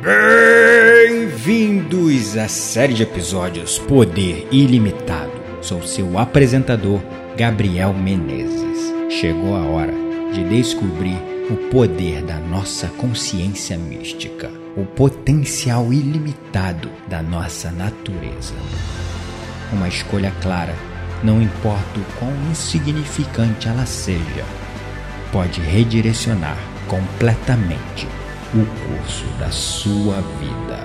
Bem-vindos à série de episódios Poder Ilimitado. Sou seu apresentador, Gabriel Menezes. Chegou a hora de descobrir o poder da nossa consciência mística, o potencial ilimitado da nossa natureza. Uma escolha clara, não importa o quão insignificante ela seja, pode redirecionar completamente o curso da sua vida.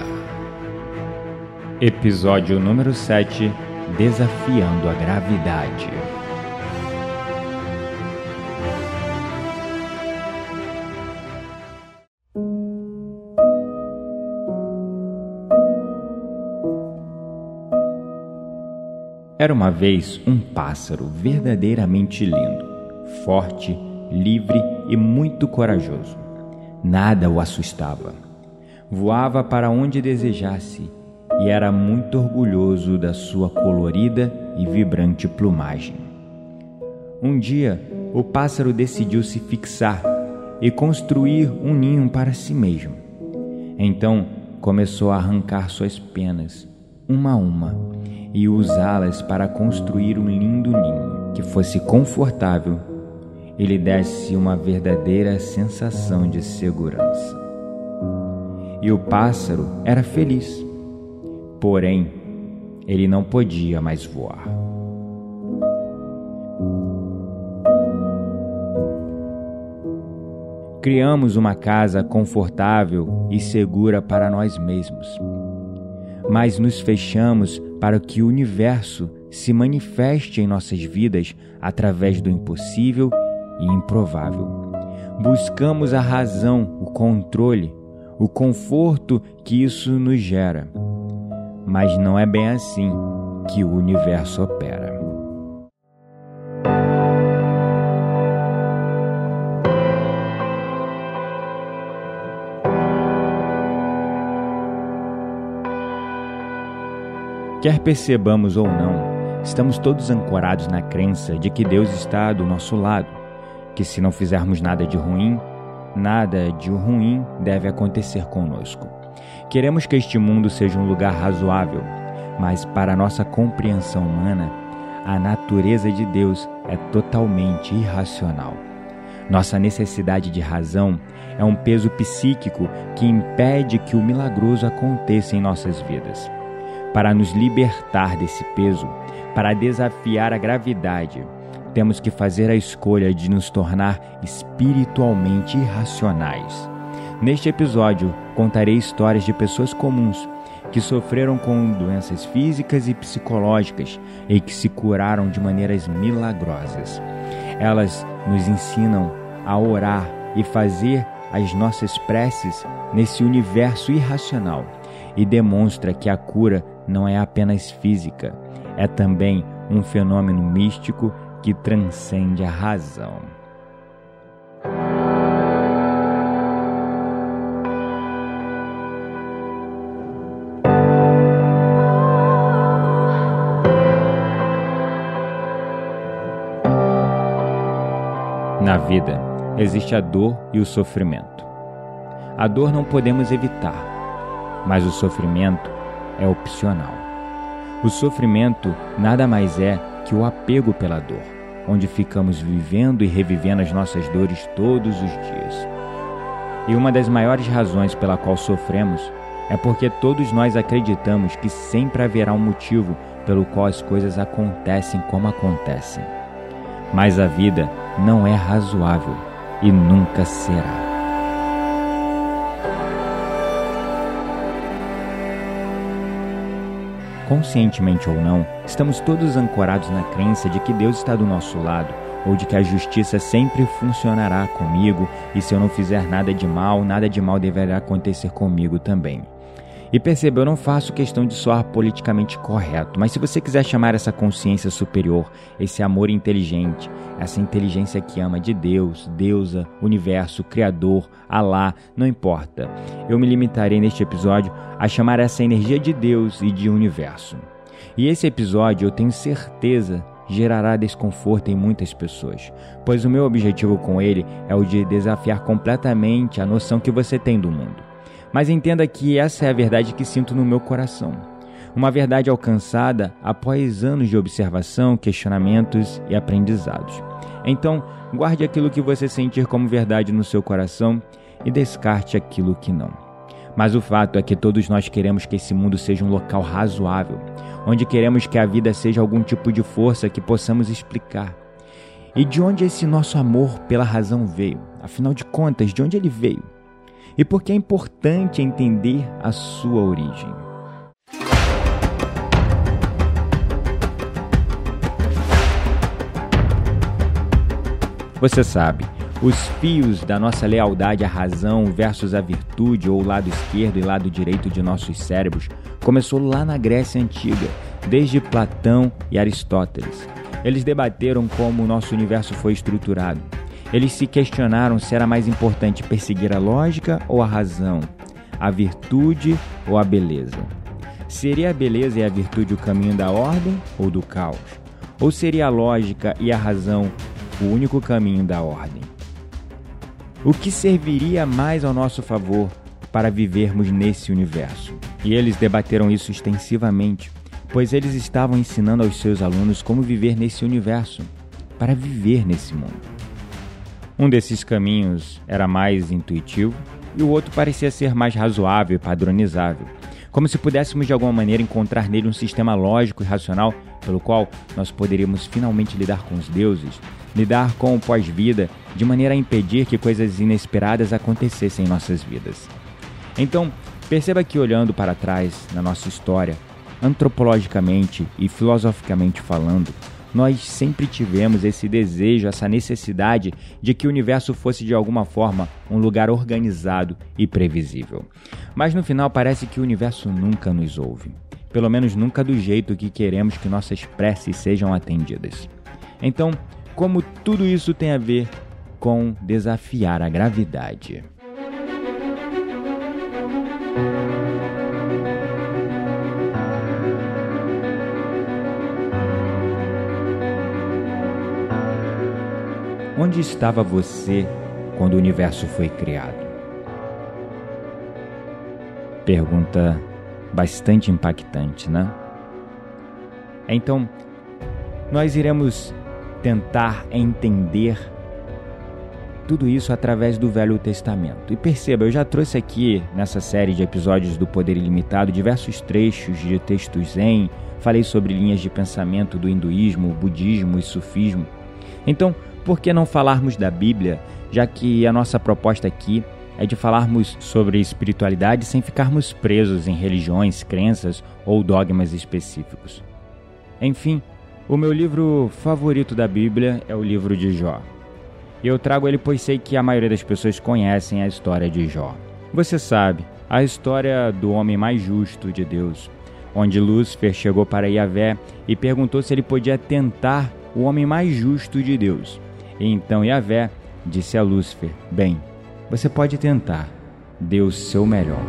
Episódio número 7: Desafiando a Gravidade. Era uma vez um pássaro verdadeiramente lindo, forte, livre e muito corajoso. Nada o assustava. Voava para onde desejasse e era muito orgulhoso da sua colorida e vibrante plumagem. Um dia, o pássaro decidiu se fixar e construir um ninho para si mesmo. Então, começou a arrancar suas penas, uma a uma, e usá-las para construir um lindo ninho que fosse confortável e lhe desse uma verdadeira sensação de segurança. E o pássaro era feliz, porém, ele não podia mais voar. Criamos uma casa confortável e segura para nós mesmos, mas nos fechamos para que o universo se manifeste em nossas vidas através do impossível e improvável. Buscamos a razão, o controle, o conforto que isso nos gera. Mas não é bem assim que o universo opera. Quer percebamos ou não, estamos todos ancorados na crença de que Deus está do nosso lado, que se não fizermos nada de ruim deve acontecer conosco. Queremos que este mundo seja um lugar razoável, mas para nossa compreensão humana, a natureza de Deus é totalmente irracional. Nossa necessidade de razão é um peso psíquico que impede que o milagroso aconteça em nossas vidas. Para nos libertar desse peso, para desafiar a gravidade, temos que fazer a escolha de nos tornar espiritualmente irracionais. Neste episódio, contarei histórias de pessoas comuns que sofreram com doenças físicas e psicológicas e que se curaram de maneiras milagrosas. Elas nos ensinam a orar e fazer as nossas preces nesse universo irracional e demonstra que a cura não é apenas física, é também um fenômeno místico que transcende a razão. Na vida, existe a dor e o sofrimento. A dor não podemos evitar, mas o sofrimento é opcional. O sofrimento nada mais é que o apego pela dor, onde ficamos vivendo e revivendo as nossas dores todos os dias. E uma das maiores razões pela qual sofremos é porque todos nós acreditamos que sempre haverá um motivo pelo qual as coisas acontecem como acontecem. Mas a vida não é razoável e nunca será. Conscientemente ou não, estamos todos ancorados na crença de que Deus está do nosso lado, ou de que a justiça sempre funcionará comigo, e se eu não fizer nada de mal deverá acontecer comigo também. E perceba, eu não faço questão de soar politicamente correto, mas se você quiser chamar essa consciência superior, esse amor inteligente, essa inteligência que ama de Deus, deusa, universo, criador, Alá, não importa. Eu me limitarei neste episódio a chamar essa energia de Deus e de universo. E esse episódio, eu tenho certeza, gerará desconforto em muitas pessoas, pois o meu objetivo com ele é o de desafiar completamente a noção que você tem do mundo. Mas entenda que essa é a verdade que sinto no meu coração. Uma verdade alcançada após anos de observação, questionamentos e aprendizados. Então, guarde aquilo que você sentir como verdade no seu coração e descarte aquilo que não. Mas o fato é que todos nós queremos que esse mundo seja um local razoável, onde queremos que a vida seja algum tipo de força que possamos explicar. E de onde esse nosso amor pela razão veio? Afinal de contas, de onde ele veio? E por que é importante entender a sua origem? Você sabe, os fios da nossa lealdade à razão versus a virtude, ou lado esquerdo e lado direito de nossos cérebros, começou lá na Grécia Antiga, desde Platão e Aristóteles. Eles debateram como o nosso universo foi estruturado. Eles se questionaram se era mais importante perseguir a lógica ou a razão, a virtude ou a beleza. Seria a beleza e a virtude o caminho da ordem ou do caos? Ou seria a lógica e a razão o único caminho da ordem? O que serviria mais ao nosso favor para vivermos nesse universo? E eles debateram isso extensivamente, pois eles estavam ensinando aos seus alunos como viver nesse universo, para viver nesse mundo. Um desses caminhos era mais intuitivo e o outro parecia ser mais razoável e padronizável, como se pudéssemos de alguma maneira encontrar nele um sistema lógico e racional pelo qual nós poderíamos finalmente lidar com os deuses, lidar com o pós-vida, de maneira a impedir que coisas inesperadas acontecessem em nossas vidas. Então, perceba que olhando para trás na nossa história, antropologicamente e filosoficamente falando, nós sempre tivemos esse desejo, essa necessidade de que o universo fosse de alguma forma um lugar organizado e previsível. Mas no final parece que o universo nunca nos ouve. Pelo menos nunca do jeito que queremos que nossas preces sejam atendidas. Então, como tudo isso tem a ver com desafiar a gravidade? Onde estava você quando o universo foi criado? Pergunta bastante impactante, né? Então, nós iremos tentar entender tudo isso através do Velho Testamento. E perceba, eu já trouxe aqui nessa série de episódios do Poder Ilimitado diversos trechos de textos zen, falei sobre linhas de pensamento do hinduísmo, budismo e sufismo. Então, por que não falarmos da Bíblia, já que a nossa proposta aqui é de falarmos sobre espiritualidade sem ficarmos presos em religiões, crenças ou dogmas específicos? Enfim, o meu livro favorito da Bíblia é o livro de Jó. E eu trago ele pois sei que a maioria das pessoas conhecem a história de Jó. Você sabe, a história do homem mais justo de Deus, onde Lúcifer chegou para Yahvé e perguntou se ele podia tentar o homem mais justo de Deus. E então Yahvé disse a Lúcifer: bem, você pode tentar, dê o seu melhor.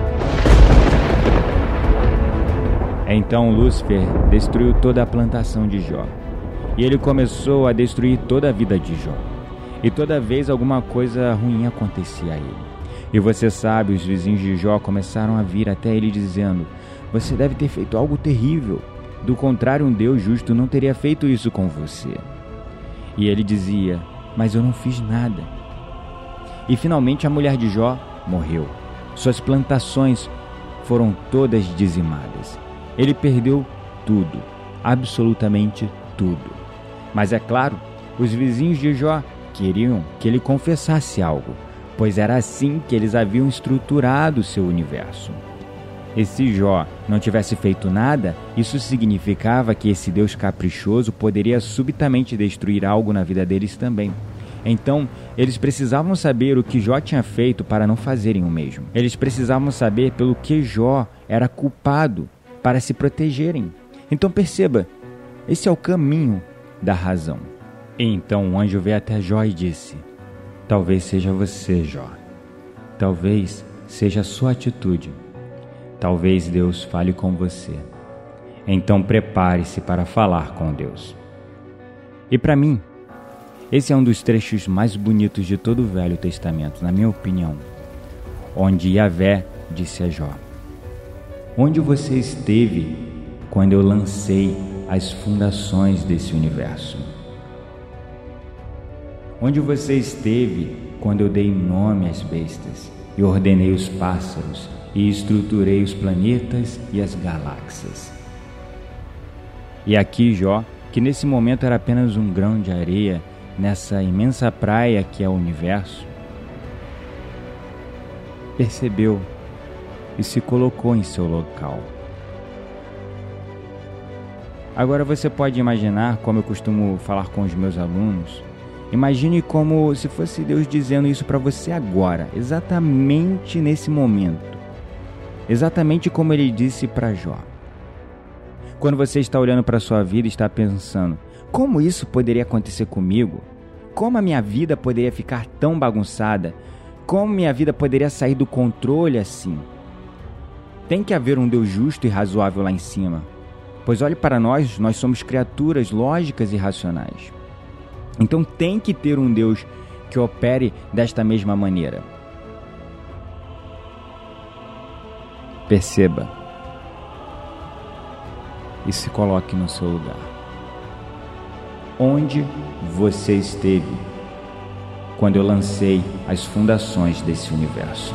Então Lúcifer destruiu toda a plantação de Jó. E ele começou a destruir toda a vida de Jó. E toda vez alguma coisa ruim acontecia a ele. E você sabe, os vizinhos de Jó começaram a vir até ele dizendo: você deve ter feito algo terrível. Do contrário, um Deus justo não teria feito isso com você. E ele dizia: mas eu não fiz nada. E finalmente a mulher de Jó morreu. Suas plantações foram todas dizimadas. Ele perdeu tudo, absolutamente tudo. Mas é claro, os vizinhos de Jó queriam que ele confessasse algo, pois era assim que eles haviam estruturado seu universo. E se Jó não tivesse feito nada, isso significava que esse Deus caprichoso poderia subitamente destruir algo na vida deles também. Então, eles precisavam saber o que Jó tinha feito para não fazerem o mesmo. Eles precisavam saber pelo que Jó era culpado para se protegerem. Então perceba, esse é o caminho da razão. E então o anjo veio até Jó e disse: talvez seja você, Jó. Talvez seja a sua atitude. Talvez Deus fale com você. Então prepare-se para falar com Deus. E para mim, esse é um dos trechos mais bonitos de todo o Velho Testamento, na minha opinião, onde Yahvé disse a Jó: onde você esteve quando eu lancei as fundações desse universo? Onde você esteve quando eu dei nome às bestas e ordenei os pássaros e estruturei os planetas e as galáxias? E aqui Jó, que nesse momento era apenas um grão de areia nessa imensa praia que é o universo, percebeu e se colocou em seu local. Agora você pode imaginar, como eu costumo falar com os meus alunos, imagine como se fosse Deus dizendo isso para você agora, exatamente nesse momento, exatamente como Ele disse para Jó. Quando você está olhando para a sua vida e está pensando, como isso poderia acontecer comigo? Como a minha vida poderia ficar tão bagunçada? Como minha vida poderia sair do controle assim? Tem que haver um Deus justo e razoável lá em cima. Pois olhe para nós somos criaturas lógicas e racionais. Então tem que ter um Deus que opere desta mesma maneira. Perceba e se coloque no seu lugar. Onde você esteve quando eu lancei as fundações desse universo?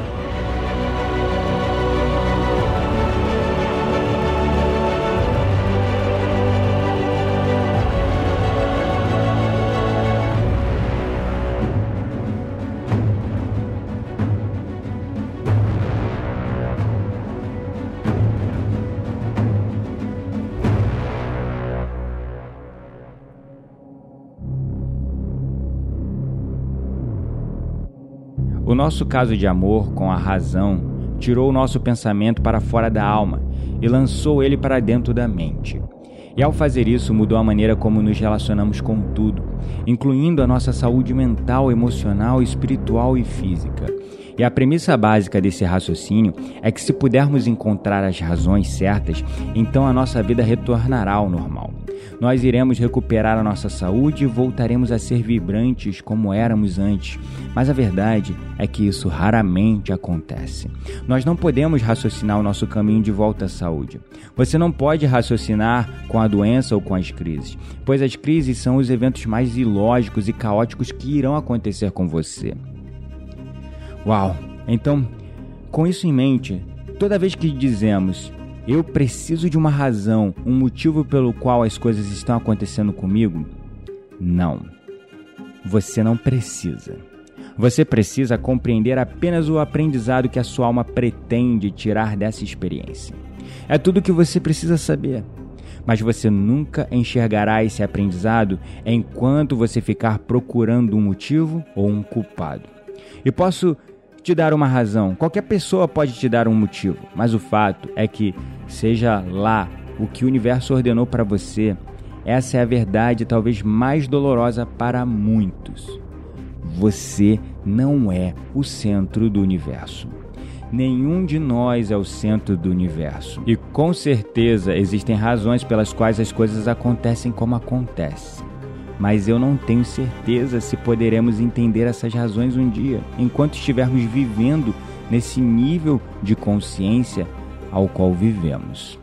O nosso caso de amor com a razão tirou o nosso pensamento para fora da alma e lançou ele para dentro da mente. E ao fazer isso, mudou a maneira como nos relacionamos com tudo, incluindo a nossa saúde mental, emocional, espiritual e física. E a premissa básica desse raciocínio é que se pudermos encontrar as razões certas, então a nossa vida retornará ao normal. Nós iremos recuperar a nossa saúde e voltaremos a ser vibrantes como éramos antes. Mas a verdade é que isso raramente acontece. Nós não podemos raciocinar o nosso caminho de volta à saúde. Você não pode raciocinar com a doença ou com as crises, pois as crises são os eventos mais ilógicos e caóticos que irão acontecer com você. Uau! Então, com isso em mente, toda vez que dizemos eu preciso de uma razão, um motivo pelo qual as coisas estão acontecendo comigo, não. Você não precisa. Você precisa compreender apenas o aprendizado que a sua alma pretende tirar dessa experiência. É tudo o que você precisa saber. Mas você nunca enxergará esse aprendizado enquanto você ficar procurando um motivo ou um culpado. E posso te dar uma razão. Qualquer pessoa pode te dar um motivo, mas o fato é que, seja lá o que o universo ordenou para você, essa é a verdade talvez mais dolorosa para muitos. Você não é o centro do universo. Nenhum de nós é o centro do universo. E com certeza existem razões pelas quais as coisas acontecem como acontecem. Mas eu não tenho certeza se poderemos entender essas razões um dia, enquanto estivermos vivendo nesse nível de consciência ao qual vivemos.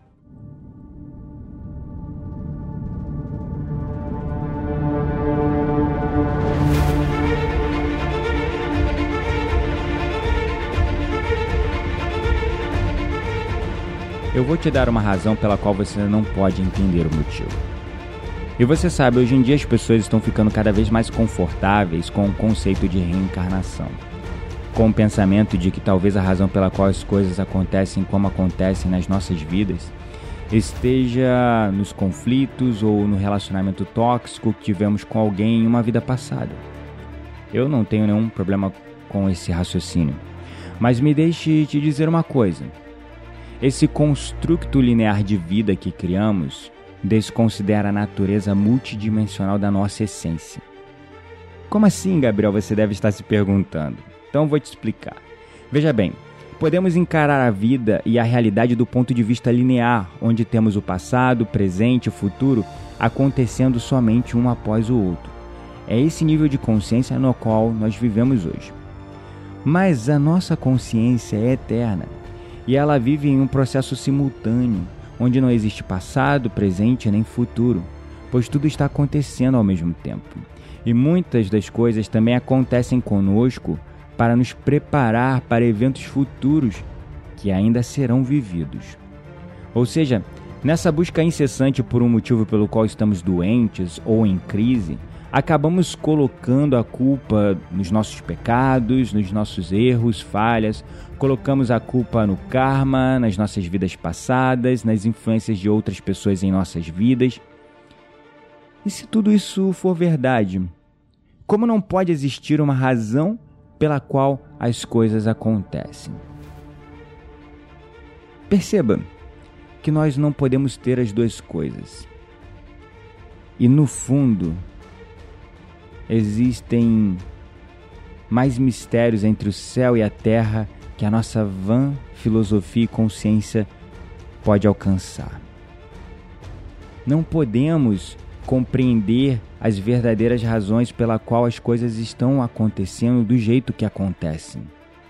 Eu vou te dar uma razão pela qual você não pode entender o motivo. E você sabe, hoje em dia as pessoas estão ficando cada vez mais confortáveis com o conceito de reencarnação, com o pensamento de que talvez a razão pela qual as coisas acontecem como acontecem nas nossas vidas esteja nos conflitos ou no relacionamento tóxico que tivemos com alguém em uma vida passada. Eu não tenho nenhum problema com esse raciocínio, mas me deixe te dizer uma coisa. Esse construto linear de vida que criamos desconsidera a natureza multidimensional da nossa essência. Como assim, Gabriel? Você deve estar se perguntando. Então vou te explicar. Veja bem, podemos encarar a vida e a realidade do ponto de vista linear, onde temos o passado, o presente e o futuro acontecendo somente um após o outro. É esse nível de consciência no qual nós vivemos hoje. Mas a nossa consciência é eterna e ela vive em um processo simultâneo, onde não existe passado, presente nem futuro, pois tudo está acontecendo ao mesmo tempo. E muitas das coisas também acontecem conosco para nos preparar para eventos futuros que ainda serão vividos. Ou seja, nessa busca incessante por um motivo pelo qual estamos doentes ou em crise, acabamos colocando a culpa nos nossos pecados, nos nossos erros, falhas, colocamos a culpa no karma, nas nossas vidas passadas, nas influências de outras pessoas em nossas vidas. E se tudo isso for verdade, como não pode existir uma razão pela qual as coisas acontecem? Perceba que nós não podemos ter as duas coisas. E no fundo, existem mais mistérios entre o céu e a terra que a nossa vã filosofia e consciência pode alcançar. Não podemos compreender as verdadeiras razões pela qual as coisas estão acontecendo do jeito que acontecem.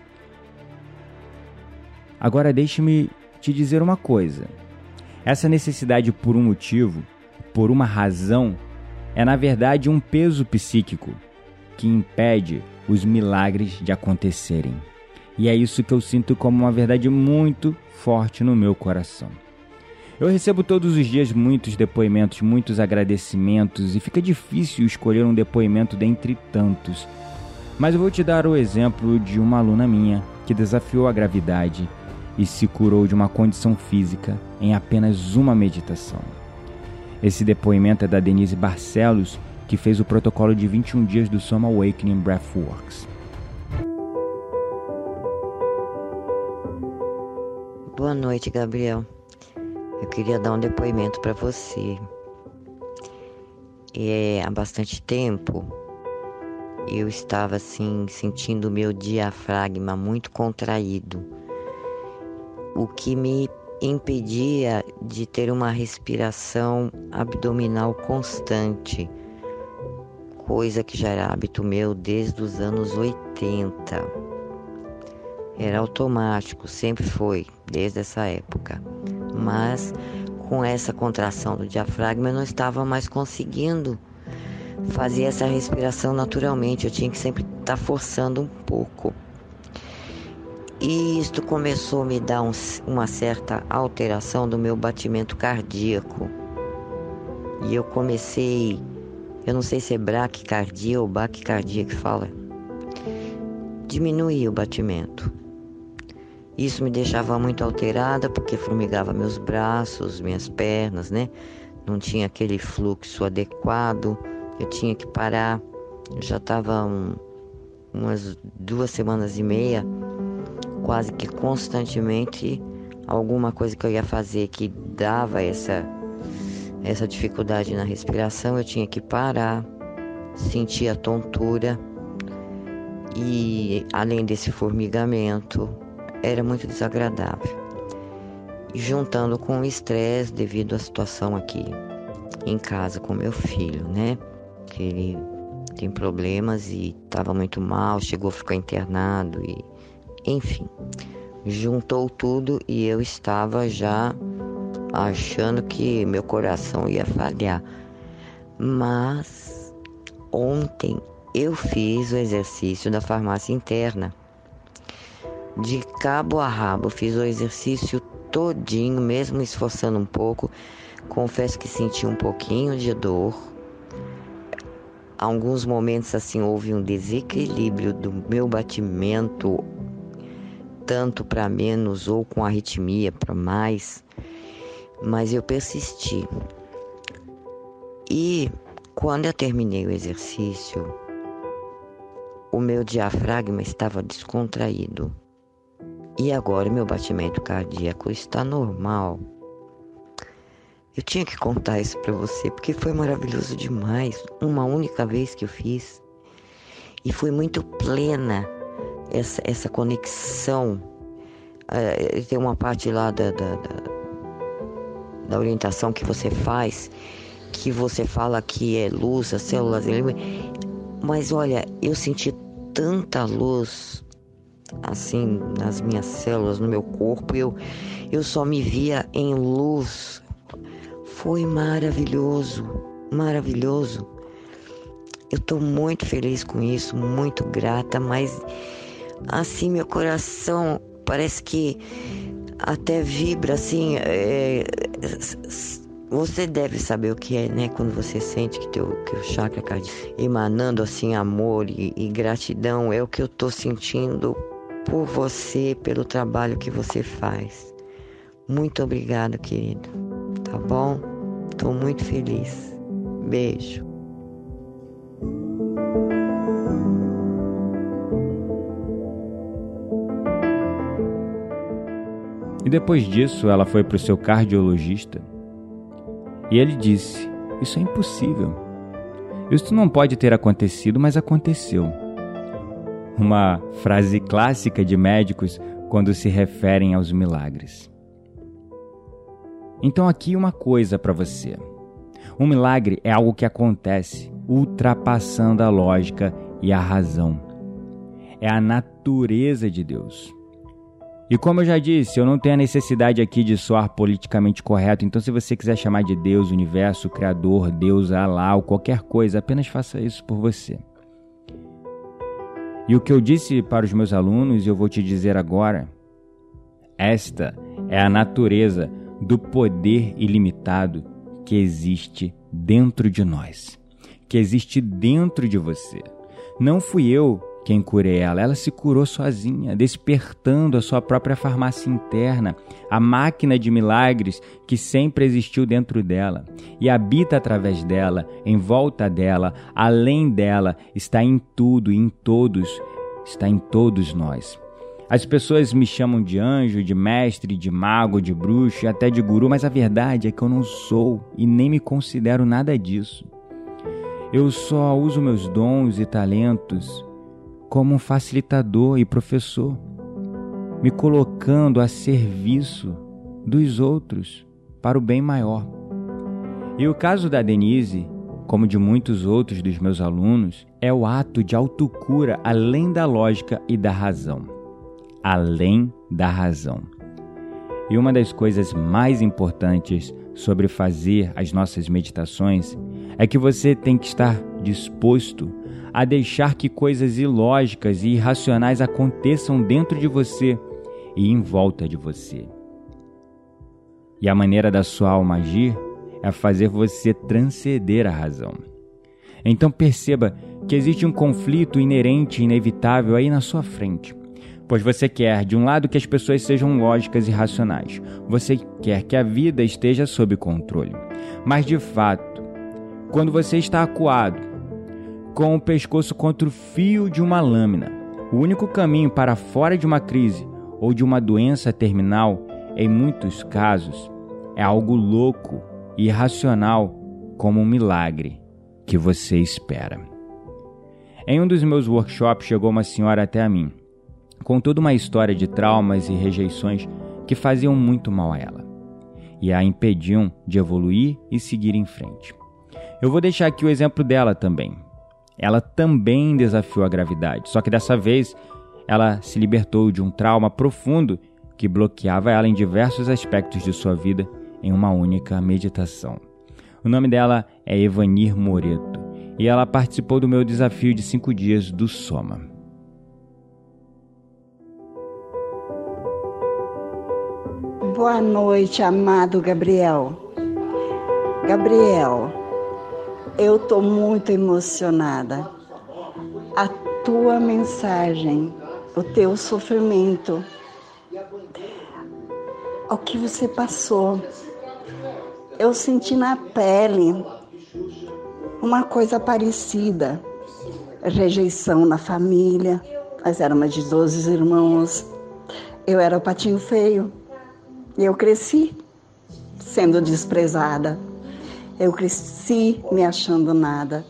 Agora deixe-me te dizer uma coisa. Essa necessidade por um motivo, por uma razão, é na verdade um peso psíquico que impede os milagres de acontecerem. E é isso que eu sinto como uma verdade muito forte no meu coração. Eu recebo todos os dias muitos depoimentos, muitos agradecimentos, e fica difícil escolher um depoimento dentre tantos. Mas eu vou te dar o exemplo de uma aluna minha que desafiou a gravidade e se curou de uma condição física em apenas uma meditação. Esse depoimento é da Denise Barcelos, que fez o protocolo de 21 dias do Soma Awakening Breathworks. Boa noite, Gabriel. Eu queria dar um depoimento para você. Há bastante tempo eu estava assim sentindo o meu diafragma muito contraído, o que me impedia de ter uma respiração abdominal constante, coisa que já era hábito meu desde os anos 80. Era automático, sempre foi, desde essa época. Mas com essa contração do diafragma eu não estava mais conseguindo fazer essa respiração naturalmente, eu tinha que sempre estar forçando um pouco. E isto começou a me dar uma certa alteração do meu batimento cardíaco. E eu comecei, eu não sei se é braquicardia ou baquicardia que fala, diminuir o batimento. Isso me deixava muito alterada porque formigava meus braços, minhas pernas, né? Não tinha aquele fluxo adequado, eu tinha que parar. Eu já estava umas 2 semanas e meia, quase que constantemente, alguma coisa que eu ia fazer que dava essa dificuldade na respiração, eu tinha que parar, sentia tontura e, além desse formigamento, era muito desagradável. E juntando com o estresse devido à situação aqui em casa com meu filho, né? Que ele tem problemas e estava muito mal, chegou a ficar internado e, enfim, juntou tudo e eu estava já achando que meu coração ia falhar. Mas ontem eu fiz o exercício da farmácia interna. De cabo a rabo, fiz o exercício todinho, mesmo esforçando um pouco. Confesso que senti um pouquinho de dor. Alguns momentos assim houve um desequilíbrio do meu batimento, tanto para menos ou com arritmia para mais, mas eu persisti. E quando eu terminei o exercício, o meu diafragma estava descontraído. E agora meu batimento cardíaco está normal. Eu tinha que contar isso para você, porque foi maravilhoso demais. Uma única vez que eu fiz. E foi muito plena essa conexão. Tem uma parte lá da orientação que você faz, que você fala que é luz, as células... Mas olha, eu senti tanta luz assim, nas minhas células, no meu corpo. Eu só me via em luz. Foi maravilhoso, maravilhoso. Eu estou muito feliz com isso, muito grata, mas assim, meu coração parece que até vibra, assim. Você deve saber o que é, né? Quando você sente que o chakra cardíaco emanando assim amor e gratidão, é o que eu tô sentindo por você, pelo trabalho que você faz. Muito obrigada, querido. Tá bom? Tô muito feliz. Beijo. E depois disso, ela foi para o seu cardiologista e ele disse: isso é impossível. Isso não pode ter acontecido, mas aconteceu. Uma frase clássica de médicos quando se referem aos milagres. Então aqui uma coisa para você. Um milagre é algo que acontece ultrapassando a lógica e a razão. É a natureza de Deus. E como eu já disse, eu não tenho a necessidade aqui de soar politicamente correto, então se você quiser chamar de Deus, universo, Criador, Deus, Alá ou qualquer coisa, apenas faça isso por você. E o que eu disse para os meus alunos, eu vou te dizer agora, esta é a natureza do poder ilimitado que existe dentro de nós, que existe dentro de você. Não fui eu quem curei ela se curou sozinha, despertando a sua própria farmácia interna, a máquina de milagres que sempre existiu dentro dela e habita através dela, em volta dela, além dela, está em tudo e em todos, está em todos nós. As pessoas me chamam de anjo, de mestre, de mago, de bruxo e até de guru, mas a verdade é que eu não sou e nem me considero nada disso. Eu só uso meus dons e talentos como um facilitador e professor, me colocando a serviço dos outros para o bem maior. E o caso da Denise, como de muitos outros dos meus alunos, é o ato de autocura além da lógica e da razão. Além da razão. E uma das coisas mais importantes sobre fazer as nossas meditações é que você tem que estar disposto a deixar que coisas ilógicas e irracionais aconteçam dentro de você e em volta de você. E a maneira da sua alma agir é fazer você transcender a razão. Então perceba que existe um conflito inerente e inevitável aí na sua frente. Pois você quer, de um lado, que as pessoas sejam lógicas e racionais. Você quer que a vida esteja sob controle. Mas, de fato, quando você está acuado, com o pescoço contra o fio de uma lâmina, o único caminho para fora de uma crise ou de uma doença terminal, em muitos casos, é algo louco e irracional, como um milagre que você espera. Em um dos meus workshops chegou uma senhora até a mim, com toda uma história de traumas e rejeições que faziam muito mal a ela e a impediam de evoluir e seguir em frente. Eu vou deixar aqui o exemplo dela também. Ela também desafiou a gravidade, só que dessa vez ela se libertou de um trauma profundo que bloqueava ela em diversos aspectos de sua vida em uma única meditação. O nome dela é Evanir Moreto e ela participou do meu desafio de 5 dias do Soma. Boa noite, amado Gabriel. Gabriel, eu estou muito emocionada. A tua mensagem, o teu sofrimento, o que você passou, eu senti na pele uma coisa parecida. Rejeição na família, nós éramos de 12 irmãos, eu era o patinho feio e eu cresci sendo desprezada. Eu cresci me achando nada.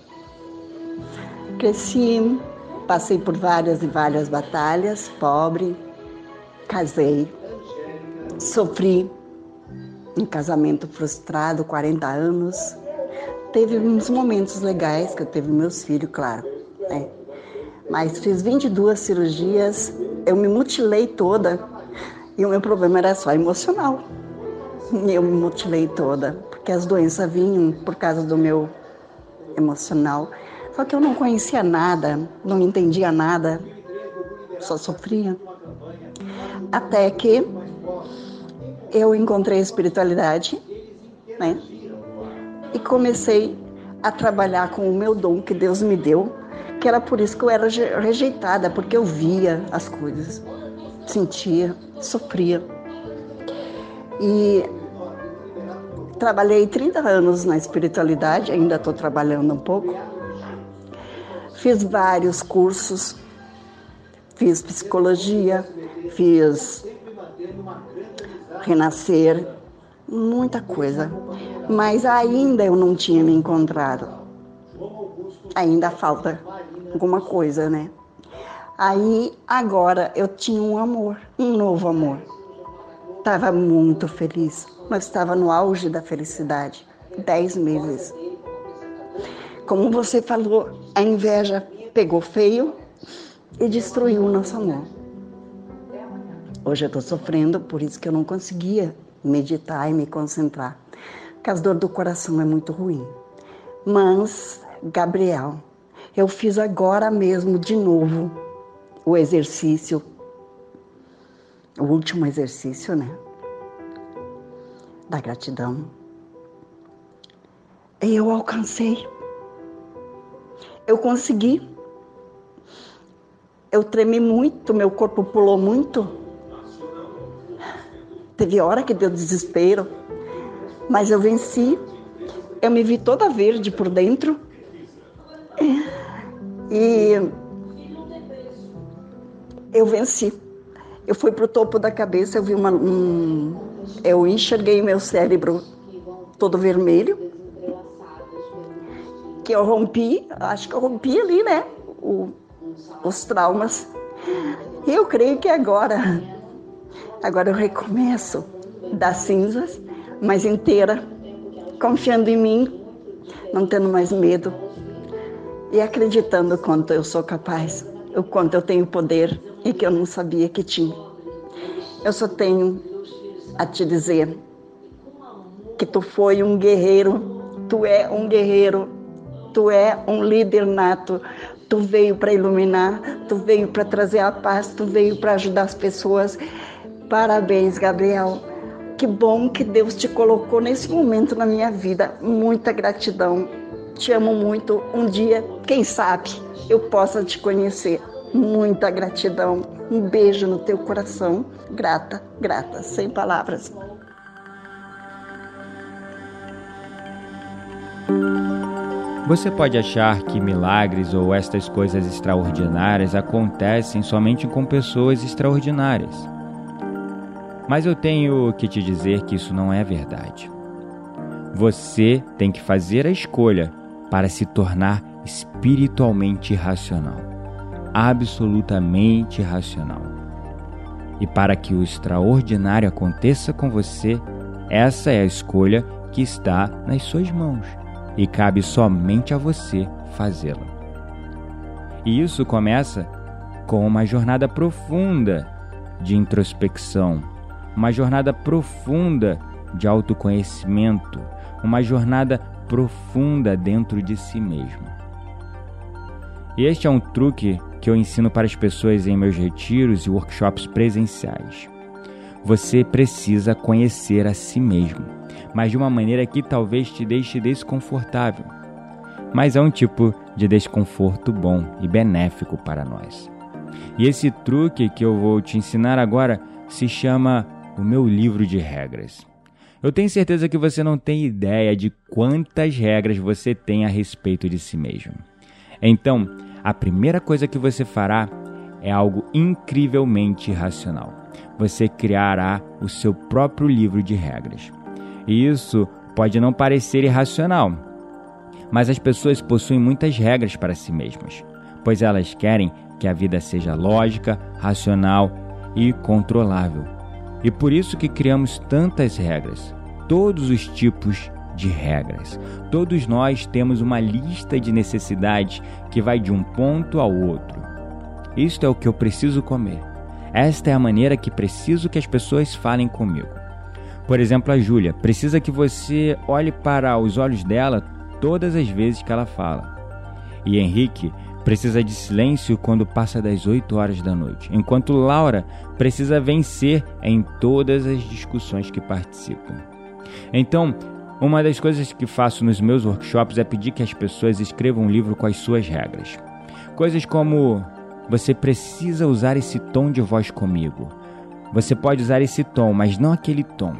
Cresci, passei por várias e várias batalhas, pobre, casei, sofri um casamento frustrado, 40 anos. Teve uns momentos legais, que eu teve meus filhos, claro, né? Mas fiz 22 cirurgias eu me mutilei toda e o meu problema era só emocional. Eu me mutilei toda, porque as doenças vinham por causa do meu emocional. Só que eu não conhecia nada, não entendia nada, só sofria. Até que eu encontrei a espiritualidade, né? E comecei a trabalhar com o meu dom que Deus me deu, que era por isso que eu era rejeitada, porque eu via as coisas, sentia, sofria. E trabalhei 30 anos na espiritualidade, ainda estou trabalhando um pouco. Fiz vários cursos, fiz psicologia, fiz renascer, muita coisa. Mas ainda eu não tinha me encontrado. Ainda falta alguma coisa, né? Aí, agora, eu tinha um amor, um novo amor. Estava muito feliz, mas estava no auge da felicidade. 10 meses. Como você falou, a inveja pegou feio e destruiu o nosso amor. Hoje eu estou sofrendo, por isso que eu não conseguia meditar e me concentrar. Porque as dores do coração é muito ruim. Mas, Gabriel, eu fiz agora mesmo de novo o exercício, o último exercício, né? Da gratidão. E eu alcancei. Eu consegui. Eu tremi muito, meu corpo pulou muito. Teve hora que deu desespero, mas eu venci. Eu me vi toda verde por dentro. E eu venci. Eu fui pro topo da cabeça, eu vi eu enxerguei meu cérebro todo vermelho. Que eu rompi, acho que eu rompi ali, né? Os traumas. E eu creio que agora eu recomeço das cinzas, mas inteira, confiando em mim, não tendo mais medo e acreditando o quanto eu sou capaz, o quanto eu tenho poder e que eu não sabia que tinha. Eu só tenho a te dizer que tu foi um guerreiro, tu é um guerreiro, tu é um líder nato. Tu veio para iluminar, tu veio para trazer a paz, tu veio para ajudar as pessoas. Parabéns, Gabriel. Que bom que Deus te colocou nesse momento na minha vida. Muita gratidão. Te amo muito. Um dia, quem sabe, eu possa te conhecer. Muita gratidão. Um beijo no teu coração. Grata, grata, sem palavras. Você pode achar que milagres ou estas coisas extraordinárias acontecem somente com pessoas extraordinárias. Mas eu tenho que te dizer que isso não é verdade. Você tem que fazer a escolha para se tornar espiritualmente racional, absolutamente racional. E para que o extraordinário aconteça com você, essa é a escolha que está nas suas mãos. E cabe somente a você fazê-la. E isso começa com uma jornada profunda de introspecção, uma jornada profunda de autoconhecimento, uma jornada profunda dentro de si mesmo. E este é um truque que eu ensino para as pessoas em meus retiros e workshops presenciais. Você precisa conhecer a si mesmo, mas de uma maneira que talvez te deixe desconfortável. Mas é um tipo de desconforto bom e benéfico para nós. E esse truque que eu vou te ensinar agora se chama o meu livro de regras. Eu tenho certeza que você não tem ideia de quantas regras você tem a respeito de si mesmo. Então, a primeira coisa que você fará é algo incrivelmente racional. Você criará o seu próprio livro de regras. E isso pode não parecer irracional, mas as pessoas possuem muitas regras para si mesmas, pois elas querem que a vida seja lógica, racional e controlável. E por isso que criamos tantas regras, todos os tipos de regras. Todos nós temos uma lista de necessidades que vai de um ponto ao outro. Isto é o que eu preciso comer. Esta é a maneira que preciso que as pessoas falem comigo. Por exemplo, a Júlia precisa que você olhe para os olhos dela todas as vezes que ela fala. E Henrique precisa de silêncio quando passa das 8 horas da noite, enquanto Laura precisa vencer em todas as discussões que participam. Então, uma das coisas que faço nos meus workshops é pedir que as pessoas escrevam um livro com as suas regras. Coisas como: você precisa usar esse tom de voz comigo. Você pode usar esse tom, mas não aquele tom.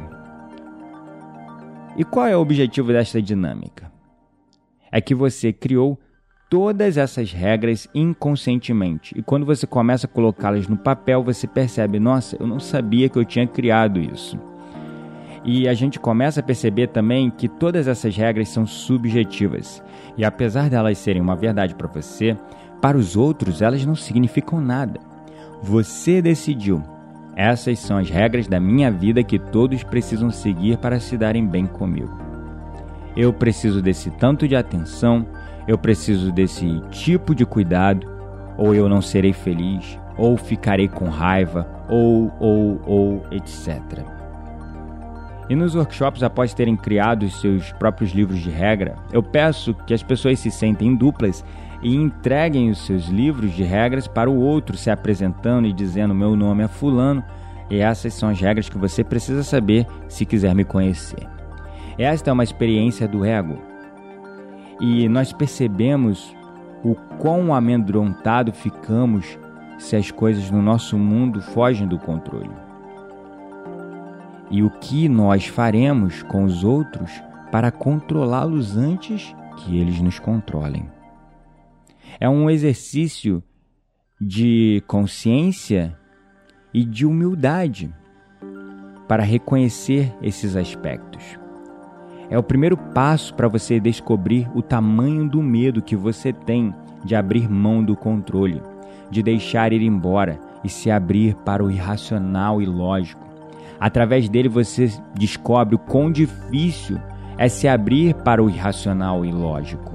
E qual é o objetivo desta dinâmica? É que você criou todas essas regras inconscientemente. E quando você começa a colocá-las no papel, você percebe: nossa, eu não sabia que eu tinha criado isso. E a gente começa a perceber também que todas essas regras são subjetivas. E apesar delas serem uma verdade para você, para os outros elas não significam nada. Você decidiu: essas são as regras da minha vida que todos precisam seguir para se darem bem comigo. Eu preciso desse tanto de atenção, eu preciso desse tipo de cuidado, ou eu não serei feliz, ou ficarei com raiva, ou, etc. E nos workshops, após terem criado os seus próprios livros de regra, eu peço que as pessoas se sentem em duplas e entreguem os seus livros de regras para o outro, se apresentando e dizendo: meu nome é fulano, e essas são as regras que você precisa saber se quiser me conhecer. Esta é uma experiência do ego. E nós percebemos o quão amedrontado ficamos se as coisas no nosso mundo fogem do controle. E o que nós faremos com os outros para controlá-los antes que eles nos controlem. É um exercício de consciência e de humildade para reconhecer esses aspectos. É o primeiro passo para você descobrir o tamanho do medo que você tem de abrir mão do controle, de deixar ir embora e se abrir para o irracional e lógico. Através dele você descobre o quão difícil é se abrir para o irracional e lógico,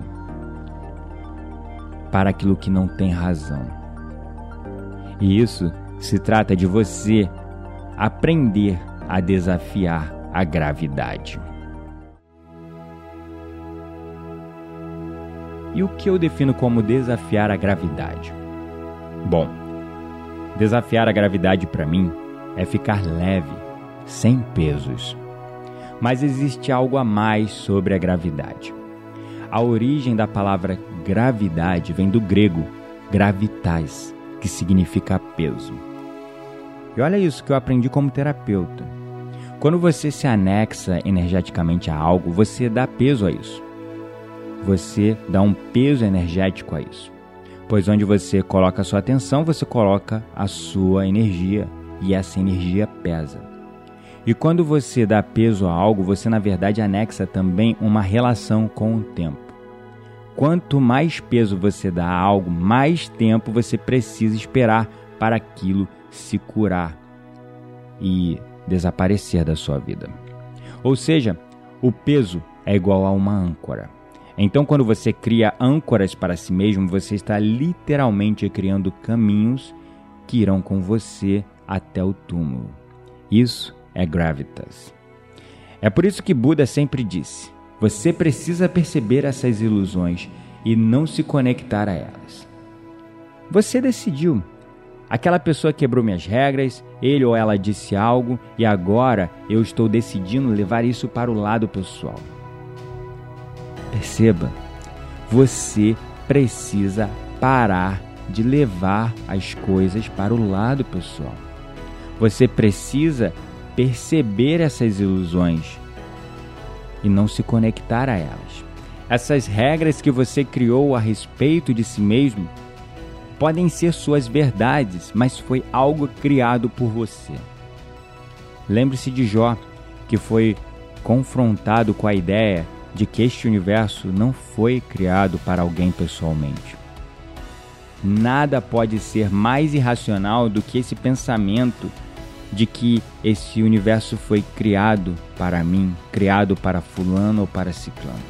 para aquilo que não tem razão. E isso se trata de você aprender a desafiar a gravidade. E o que eu defino como desafiar a gravidade? Bom, desafiar a gravidade para mim é ficar leve, sem pesos. Mas existe algo a mais sobre a gravidade. A origem da palavra gravidade vem do grego gravitas, que significa peso. E olha isso que eu aprendi como terapeuta. Quando você se anexa energeticamente a algo, você dá peso a isso. Você dá um peso energético a isso. Pois onde você coloca a sua atenção, você coloca a sua energia, e essa energia pesa. E quando você dá peso a algo, você na verdade anexa também uma relação com o tempo. Quanto mais peso você dá a algo, mais tempo você precisa esperar para aquilo se curar e desaparecer da sua vida. Ou seja, o peso é igual a uma âncora. Então, quando você cria âncoras para si mesmo, você está literalmente criando caminhos que irão com você até o túmulo. Isso é gravitas. É por isso que Buda sempre disse: você precisa perceber essas ilusões e não se conectar a elas. Você decidiu. Aquela pessoa quebrou minhas regras, ele ou ela disse algo e agora eu estou decidindo levar isso para o lado pessoal. Perceba, você precisa parar de levar as coisas para o lado pessoal. Você precisa perceber essas ilusões e não se conectar a elas. Essas regras que você criou a respeito de si mesmo podem ser suas verdades, mas foi algo criado por você. Lembre-se de Jó, que foi confrontado com a ideia de que este universo não foi criado para alguém pessoalmente. Nada pode ser mais irracional do que esse pensamento de que esse universo foi criado para mim, criado para fulano ou para ciclano.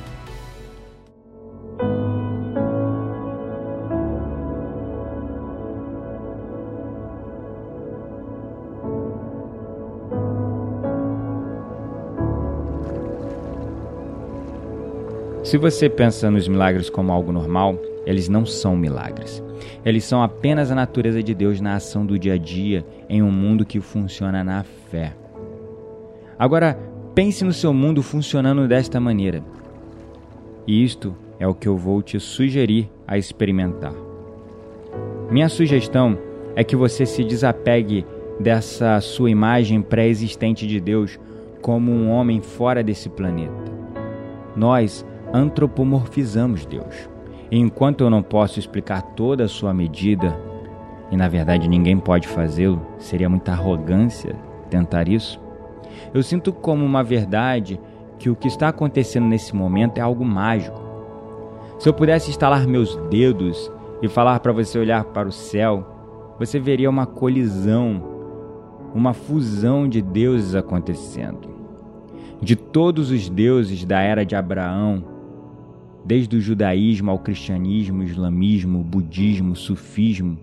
Se você pensa nos milagres como algo normal, eles não são milagres. Eles são apenas a natureza de Deus na ação do dia a dia em um mundo que funciona na fé. Agora, pense no seu mundo funcionando desta maneira. E isto é o que eu vou te sugerir a experimentar. Minha sugestão é que você se desapegue dessa sua imagem pré-existente de Deus como um homem fora desse planeta. Nós antropomorfizamos Deus. E enquanto eu não posso explicar toda a sua medida, e na verdade ninguém pode fazê-lo, seria muita arrogância tentar isso, eu sinto como uma verdade que o que está acontecendo nesse momento é algo mágico. Se eu pudesse estalar meus dedos e falar para você olhar para o céu, você veria uma colisão, uma fusão de deuses acontecendo. De todos os deuses da era de Abraão, desde o judaísmo ao cristianismo, islamismo, budismo, sufismo,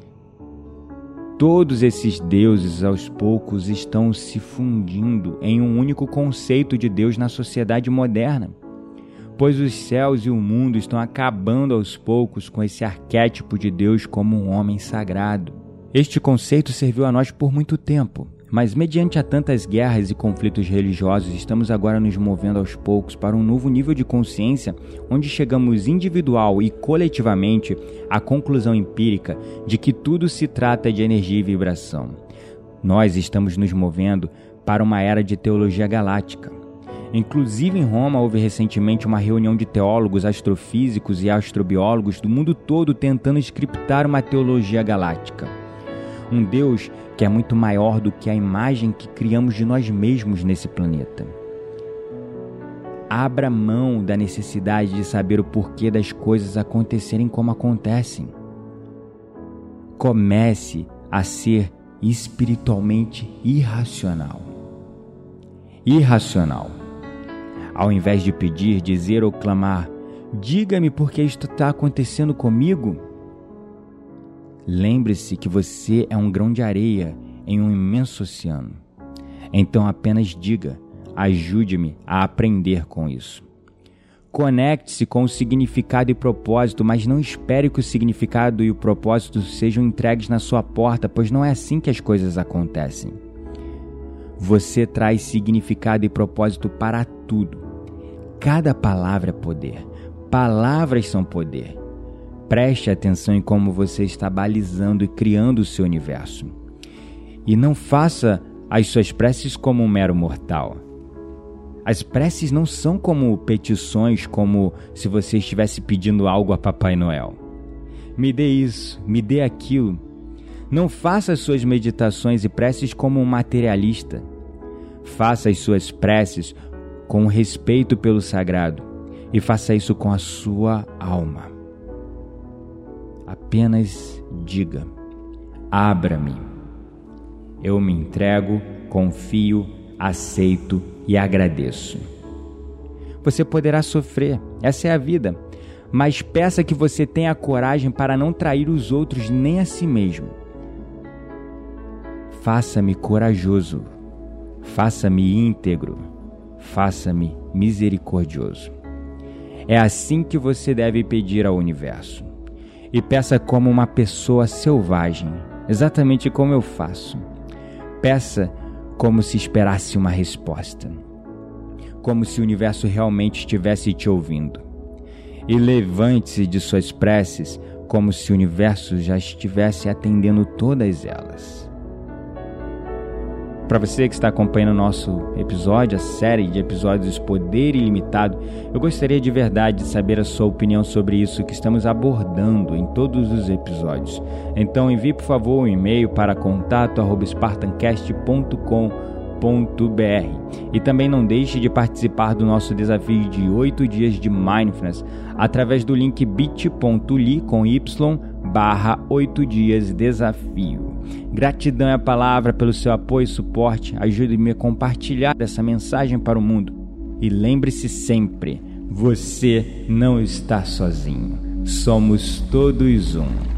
todos esses deuses aos poucos estão se fundindo em um único conceito de Deus na sociedade moderna, pois os céus e o mundo estão acabando aos poucos com esse arquétipo de Deus como um homem sagrado. Este conceito serviu a nós por muito tempo, mas mediante a tantas guerras e conflitos religiosos, estamos agora nos movendo aos poucos para um novo nível de consciência, onde chegamos individual e coletivamente à conclusão empírica de que tudo se trata de energia e vibração. Nós estamos nos movendo para uma era de teologia galáctica. Inclusive em Roma houve recentemente uma reunião de teólogos, astrofísicos e astrobiólogos do mundo todo tentando scriptar uma teologia galáctica. Um Deus que é muito maior do que a imagem que criamos de nós mesmos nesse planeta. Abra mão da necessidade de saber o porquê das coisas acontecerem como acontecem. Comece a ser espiritualmente irracional. Irracional. Ao invés de pedir, dizer ou clamar, diga-me por que isto está acontecendo comigo. Lembre-se que você é um grão de areia em um imenso oceano. Então apenas diga, ajude-me a aprender com isso. Conecte-se com o significado e propósito, mas não espere que o significado e o propósito sejam entregues na sua porta, pois não é assim que as coisas acontecem. Você traz significado e propósito para tudo. Cada palavra é poder. Palavras são poder. Preste atenção em como você está balizando e criando o seu universo. E não faça as suas preces como um mero mortal. As preces não são como petições, como se você estivesse pedindo algo a Papai Noel. Me dê isso, me dê aquilo. Não faça as suas meditações e preces como um materialista. Faça as suas preces com respeito pelo sagrado e faça isso com a sua alma. Apenas diga, abra-me. Eu me entrego, confio, aceito e agradeço. Você poderá sofrer, essa é a vida, mas peça que você tenha coragem para não trair os outros nem a si mesmo. Faça-me corajoso, faça-me íntegro, faça-me misericordioso. É assim que você deve pedir ao universo. E peça como uma pessoa selvagem, exatamente como eu faço. Peça como se esperasse uma resposta, como se o universo realmente estivesse te ouvindo. E levante-se de suas preces como se o universo já estivesse atendendo todas elas. Para você que está acompanhando o nosso episódio, a série de episódios Poder Ilimitado, eu gostaria de verdade de saber a sua opinião sobre isso que estamos abordando em todos os episódios. Então envie por favor um e-mail para contato@spartancast.com.br e também não deixe de participar do nosso desafio de 8 dias de Mindfulness através do link bit.ly/8 dias desafio. Gratidão é a palavra pelo seu apoio e suporte. Ajude-me a compartilhar essa mensagem para o mundo. E lembre-se sempre, você não está sozinho. Somos todos um.